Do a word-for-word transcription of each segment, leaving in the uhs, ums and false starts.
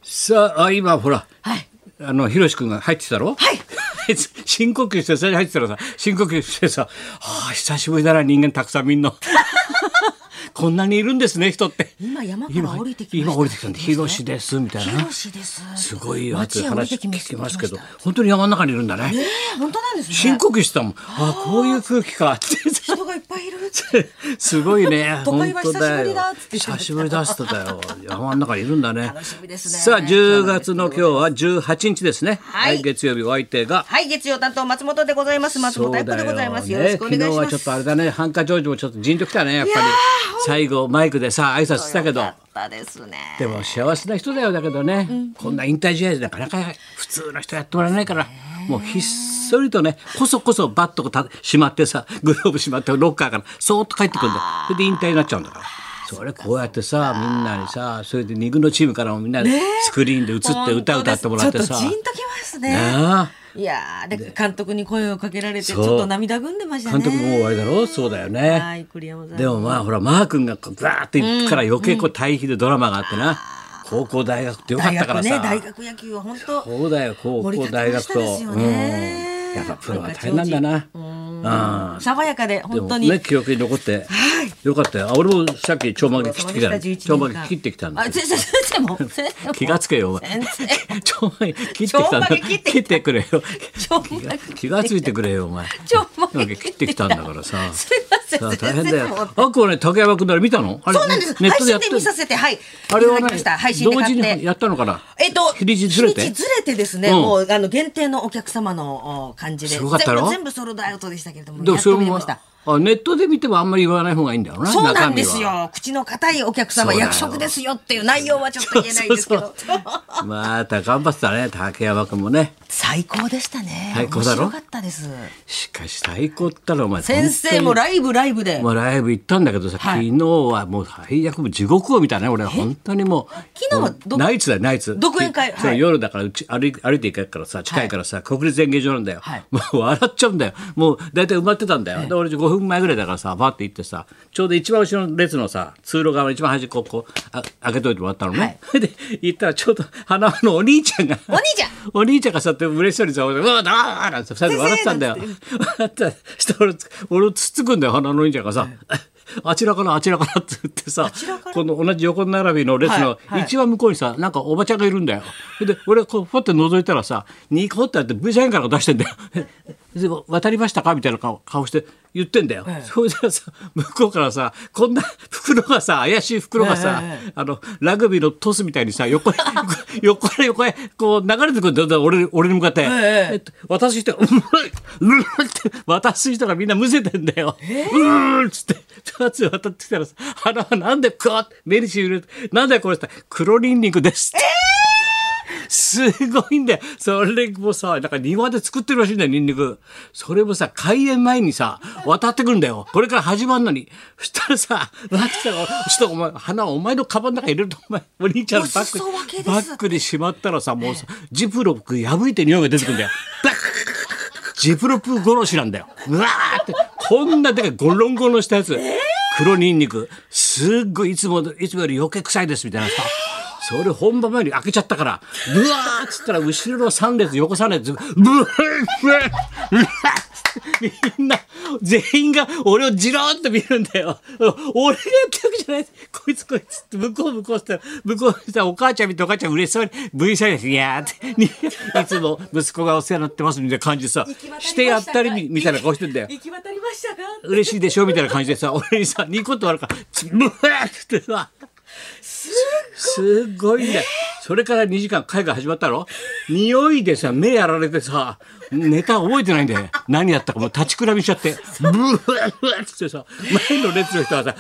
さあ、あ今ほら、 はい。 あのひろし君が入ってきたろ。 はい。 深呼吸して最初入ってたらさ、深呼吸してさ、はあ久しぶりだな、人間たくさんみんな。こんなにいるんですね、人って。 今山から降りてきました。 今降りてきたんで、ひろしですみたいな。 ひろしです。 すごい熱い街へ降り話てきま聞きますけど来まし、 本当に山の中にいるんだね。 ねえ、本当なんですね。 深呼吸してたもん。あ、こういう空気かって人がいっぱいいるって。 すごいね。 都会は本当だよ久しぶりだっつって言ってました久しぶりだっつってたよ。山の中にいるんだね。 楽しみですね。 さあ、じゅうがつの今日はじゅうはちにちですね。 ははいい、月曜日お相手が。 はい、月曜担当松本でございます。松本愛子でございます。よろしくお願いします。 昨日はちょっとあれだね、ハンカチ王子もちょっと陣ときたね、やっぱり。最後マイクでさ挨拶したけど。 よかったですね。 でも幸せな人だよ。だけどね、こんな引退試合でなかなか普通の人やってもらえないから、もうひっそりとね、こそこそバットをたしまってさ、グローブしまってロッカーからそーっと帰ってくるんだよ。それで引退になっちゃうんだから。それこうやってさ、みんなにさ、それでに軍のチームからもみんなでスクリーンで映って歌歌ってもらってさ、 ちょっとジーンときますね。 ねいやー、で監督に声をかけられてちょっと涙ぐんでましたね。 監督も終わりだろう。そうだよね。 はい、栗山さん。 でもまあほら、マー君がこうガーっていくから余計こう対比でドラマがあってな、高校大学ってよかったからさ。 大学ね、大学野球は本当そうだよ、高校大学と、うんやっぱプロは大変なんだな。 うん、爽やかで本当にでもね、記憶に残ってよかったよ。あ、俺もさっきちょうまげ切ってきたの。ちょうまげ切ってきたんだ。 あ、先生も気がつけよお前。ちょうまげ切ってきたんだ。切ってくれよ。気がついてくれよお前。 ちょうまげ切ってきたんだからさ。 すいません。 大変だよ。あこはね、竹山君なら見たの？ そうなんです。 ネットでやって配信で見させて、はい。 あれはね、同時にやったのかな。 えっと、 日にちずれて。 日にちずれてですね、もうあの限定のお客様の感じで、全部全部ソールドアウトでしたけれども、やっと見ました。 あ、ネットで見てもあんまり言わない方がいいんだよな。 そうなんですよ。口の堅いお客様、約束ですよっていう内容はちょっと言えないですけど。 また頑張ってたね、竹山君もね。 最高でしたね。 最高だろ。 面白かったです。 しかし最高ったらお前。 先生もライブライブで。 もうライブ行ったんだけどさ、昨日はもう最悪も地獄を見たね、俺本当にもう。 昨日はどナイツだよ、ナイツ。 独演会。 そう夜だからうち歩い歩いて行くからさ、近いからさ、国立演芸場なんだよ。もう笑っちゃうんだよ。もう大体埋まってたんだよ。で俺ごふんまえぐらいだからさ。バーって行ってさ、ちょうど一番後ろの列のさ、通路側の一番端っこをこうあ開けといてもらったのね、はい、で行ったらちょうど花輪のお兄ちゃんがお兄ちゃんお兄ちゃんがさって嬉しそうにさ「うわだー!」なんて二人で笑ってたんだよ。笑ったらしたら俺俺をつっつくんだよ、花輪のお兄ちゃんがさ、はい、あちらからあちらからって言ってさ、この同じ横並びの列の一番向こうにさ、なんかおばちゃんがいるんだよ。で俺こうふわって覗いたらさ、ニコってやって ブイサインから出してんだよ。で渡りましたかみたいな 顔, 顔して言ってんだよ、ええ、それでさ向こうからさこんな袋がさ怪しい袋がさ、ええ、あのラグビーのトスみたいにさ横に横から横へこう流れてくるんだよ、俺, 俺に向かって、ええ、渡す人がうーって渡す人がみんなむせてんだよ、えー、うーっつって二つ渡ってきたらさ、鼻はなんでこう目にしみるなんだよこれって黒ニンニクですって、えーすごいんだよ。それもさ、なんか庭で作ってるらしいんだよ、ニンニク。それもさ、開演前にさ、渡ってくるんだよ。これから始まるのに。そしたらさ、渡ってきたら、ちょっとお前、花お前のカバンの中入れると、お前、お兄ちゃんのバッグ、バッグにしまったらさ、もうさ、ジップロック破いて匂いが出てくるんだよ。ジップロック殺しなんだよ。うわーって、こんなでかいゴロンゴロンしたやつ。黒ニンニク。すっごい、いつも、いつもより余計臭いです、みたいなさ。それ本番前に開けちゃったから、ブワーっつったら後ろのさん列横さん列ブワーブワーブワーみんな全員が俺をじろーっと見るんだよ。俺がやったわけじゃない、こいつこいつって向こう向こうって向こうにお母ちゃん見てお母ちゃん嬉しそうに ブイサインですいやーっていつも息子がお世話になってますみたいな感じでさしてやったりみたいな顔してんだよ。 行き渡りましたか嬉しいでしょみたいな感じでさ俺にさニコッと笑うからブワーってさすごいんだよ。それからにじかん会が始まったろ。匂いでさ目やられてさネタ覚えてないんだよ。何やったかもう立ちくらみしちゃってブワーブワーってさ前の列の人はさ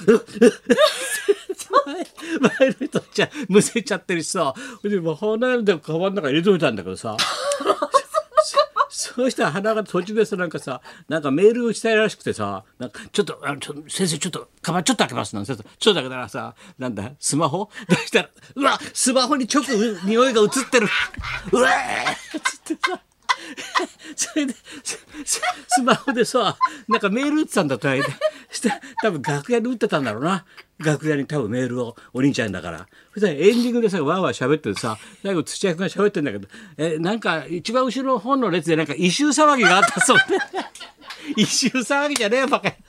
前の人じゃむせちゃってるしさでも鼻でカバンの中入れといたんだけどさそうしたら鼻が途中でさなんかさなんかメールを伝えらしくてさなんかちょっとあのちょ先生ちょっとカバンちょっと開けますなんてちょっと開けたらさなんだスマホ出したらうわスマホに直匂いが映ってるうわーっつってさそれでスマホでさなんかメール打ってたんだとして多分楽屋に打ってたんだろうな。楽屋に多分メールをお兄ちゃんだから。そしたらエンディングでさわーわー喋っててさ、最後土屋君が喋ってんだけど、えなんか一番後ろの本の列でなんか異臭騒ぎがあったそうで異臭騒ぎじゃねえよバカ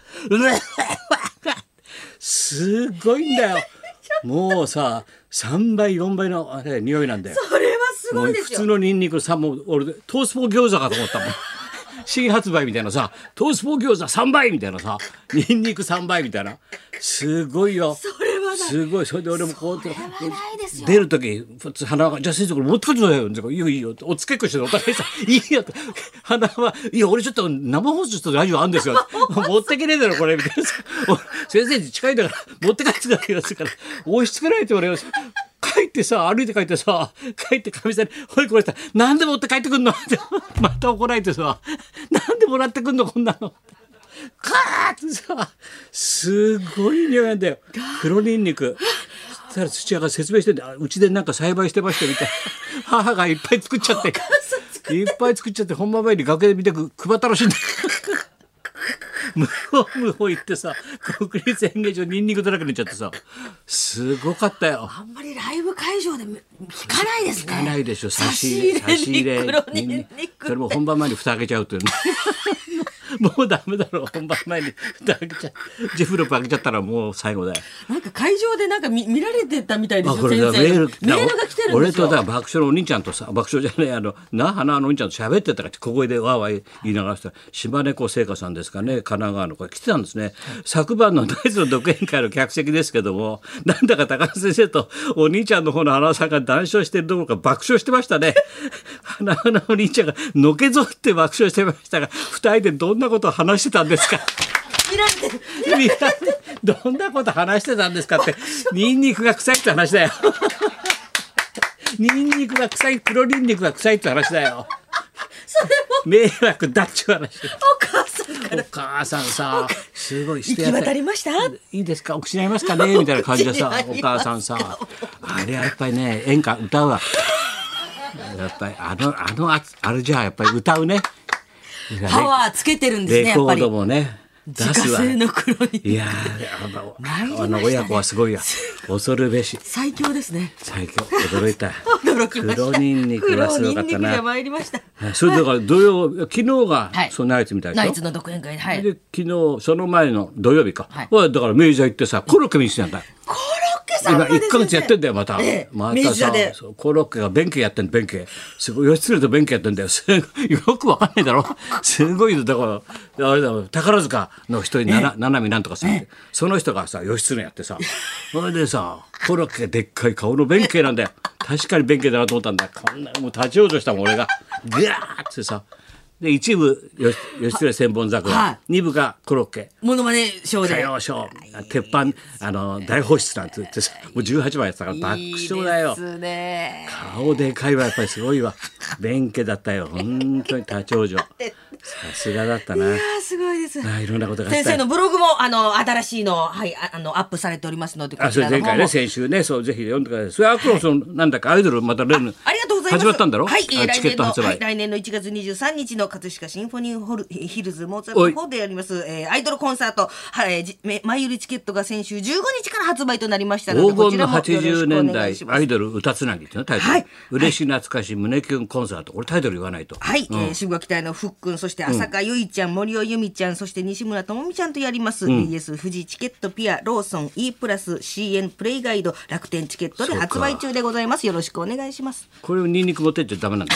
すごいんだよ。もうささんばいよんばいのあれ匂いなんだよ。 それはすごいですよ。 普通のニンニクさもう俺トースポ餃子かと思ったもん新発売みたいなさトースポ餃子さんばいみたいなさニンニクさんばいみたいなすごいよ。 それはすごい。それで俺もこう出る時鼻がじゃあ先生これ持って帰ってくださいよ。いいよいいよおつけっこしてお互いさいいよ鼻はいや俺ちょっと生放送とラジオあるんですよ持ってけねえだろこれみたいな先生に近いんだから持って帰ってくださいよから押し付けないって言われます。帰ってさ歩いて帰ってさ帰ってかみさんに「ほいこれさなんで持って帰ってくんの?」ってまた怒られてさ「なんでもらってくんのこんなの」カーってさすごい匂いなんだよ黒ニンニク。そしたら土屋が説明してんでうちでなんか栽培してましたみたいな母がいっぱい作っちゃっていっぱい作っちゃって本番前に楽屋で見てく配ったらしいんだよ無法無法行ってさ国立演芸場ニンニクだらけになっちゃってさすごかったよ。 あんまりライブ会場で聞かないですね。 聞かないでしょ。差し入れ差し入れ黒ニンニクそれも本番前に蓋開けちゃうっていうねもうダメだろう本番前に蓋開けちゃうジェフロップ開けちゃったらもう最後だよ。 なんか会場でなんか 見, 見られてたみたいですよ。 これだ先生メールメールが来てるんですよ。 俺とだ爆笑のお兄ちゃんとさ爆笑じゃないあの那覇のあのお兄ちゃんと喋ってたから小声でわーわー言いながらしたら島根子聖華さんですかね神奈川のこれ来てたんですね、はい、昨晩のナイツの独演会の客席ですけどもなんだか高橋先生とお兄ちゃんの方の花さんが談笑してるどころか爆笑してましたね花のお兄ちゃんがのけぞって爆笑してましたが二人でどんなことを話してたんですか見られてる見られてるどんなこと話してたんですかってニンニクが臭いって話だよニンニクが臭い黒ニンニクが臭いって話だよそれも迷惑だっちゅう話。 お母さんからお母さんさすごい行き渡りましたいいですかお口に合いますかねみたいな感じでさお母さんさあれはやっぱりね演歌歌うわやっぱりあのあのああれじゃあやっぱり歌うねパワーつけてるんですねやっぱりレコードもね出すわ。 自家製の黒にいやあのあの親子はすごいや恐るべし最強ですね。 最強驚いた驚きました。 黒ニンニクはすごかった黒ニンニクがな。 参りました。 それだから土曜昨日が、 はい、 そのナイツみたいでしょ。 ナイツの独演会、はい、 で昨日その前の土曜日か、 はい、 だから明治座行ってさコロッケ見せてたんだ。 コロッケさんまで今いっかげつやってんだよまた、 ええ、 またさコロッケが弁慶やってんの弁慶すごい義経と弁慶やってんだよすよくわかんないだろすごいだからあれだ宝塚の人に七海なんとかさってその人がさ義経やってさそれでさコロッケがでっかい顔の弁慶なんだよ確かに弁慶だなと思ったんだよこんなもう立ち往生したもん俺がギャーってさで一部義経千本桜、はい、二部がコロッケモノマネショーで歌謡ショー鉄板あの大放出なんて言ってさもうじゅうはちばいやってたから爆笑だよ。 いいですね。 顔でかいはやっぱりすごいわ弁慶だったよ本当に立ち往生さすがだったな。 いやすごいです。 あいろんなことがあった先生のブログもあの新しいの、はい、あのアップされておりますのでこちらの方もあそれ前回ね先週ねそうぜひ読んでください。それあとその、はい、なんだかアイドルまた例のありがとうございます始まったんだろ。 はい、えー、 チケット発売、 はい、来年のいちがつにじゅうさんにちの葛飾シンフォニーホルヒルズモーツァルトホールでやります、えー、アイドルコンサート、はい、じ前売りチケットが先週じゅうごにちから発売となりましたのでこちらもよろしくお願いします。黄金のはちじゅうねんだいアイドル歌つなぎっていうのタイトル、はい、嬉しい懐かしい胸キュンコンサートこれタイトル言わないとはい、うんえー、渋垣隊のふっくんそして浅香唯ちゃん、うん、森尾由美ちゃんそして西村智美ちゃんとやります、うん、ビーエス 富士チケットピアローソン E プラス シーエヌ プレイガイド楽天チケットで発売中でございます。よろしくお願いします。 これをニンニク持ってっちゃダメなんだね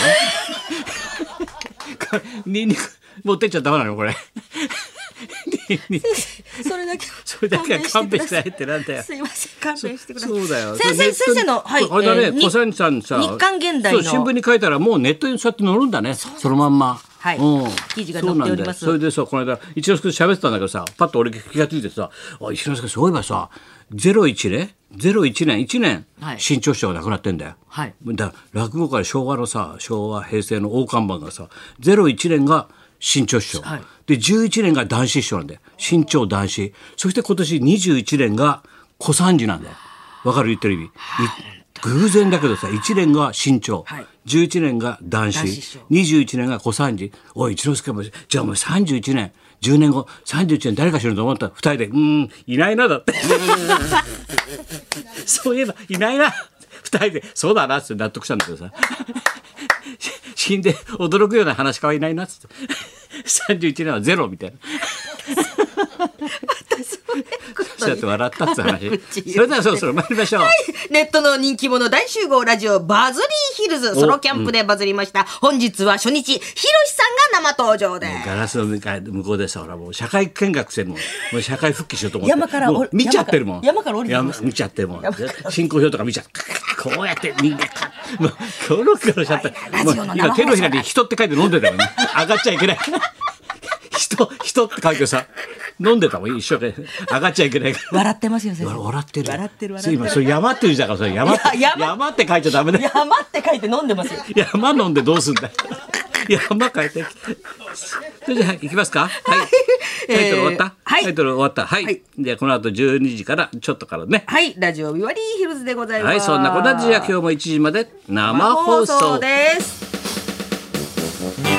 ニンニク持ってっちゃダメなのこれそれだけそれだけは勘弁してないってなんだよ。 すいません勘弁してください。 そうだよ先生先生のはいあれだね、えー、小三さんさ日刊現代の新聞に書いたらもうネットにそうやって載るんだね そ, そのまんまはい、うん、記事が載っております。 そ, それでさこの間一之輔と喋ってたんだけどさパッと俺気がついてさあ一之輔そういえばさゼロいちねゼロいちねんいちねん、はい、新潮師匠が亡くなってんだよ、はい、だから落語界昭和のさ昭和平成の大看板がさゼロいちねんが新潮師匠、はい、でじゅういちねんが男子師匠なんだよ新潮男子そして今年にじゅういちねんが小三治なんだよわかる言ってる意味、はい、偶然だけどさいちねんが新潮、はい、じゅういちねんが男子にじゅういちねんが小三治おい一之輔もじゃあもうさんじゅういちねんじゅうねんごさんじゅういちねん誰か知ると思ったらふたりでうーんいないなだってそういえばいないなふたりでそうだなって納得したんだけどさ死んで驚くような話し家はいないなっつってさんじゅういちねんはゼロみたいなそうやって笑ったって話。それではそろそろ参りましょう、はい、 ネットの人気者大集合ラジオバズリーヒルズソロキャンプでバズりました、うん、本日は初日ひろしさんが生登場でガラスの向こうでさほらもう社会見学生ももう社会復帰しようと思って山からもう見ちゃってるもん山から降りてます見ちゃってるもん進行表とか見ちゃってこうやってみんなもうコロコロしちゃって今手のひらに人って書いて飲んでたもんね上がっちゃいけない人人って書いてさ飲んでたもん一生懸命上がっちゃいけないから笑ってますよ先生笑ってる笑ってる笑ってる今それ山って言うじゃんからそれ山って山, 山って書いちゃダメだよ山って書いて飲んでますよ山飲んでどうすんだよ山書いてそれじゃあ行きますかはいタイトル終わった、えーはい、タイトル終わったはい、はい、でこの後じゅうにじからちょっとからねはいラジオビバリーヒルズでございますはいそんなこんな時は今日もいちじまで生放送です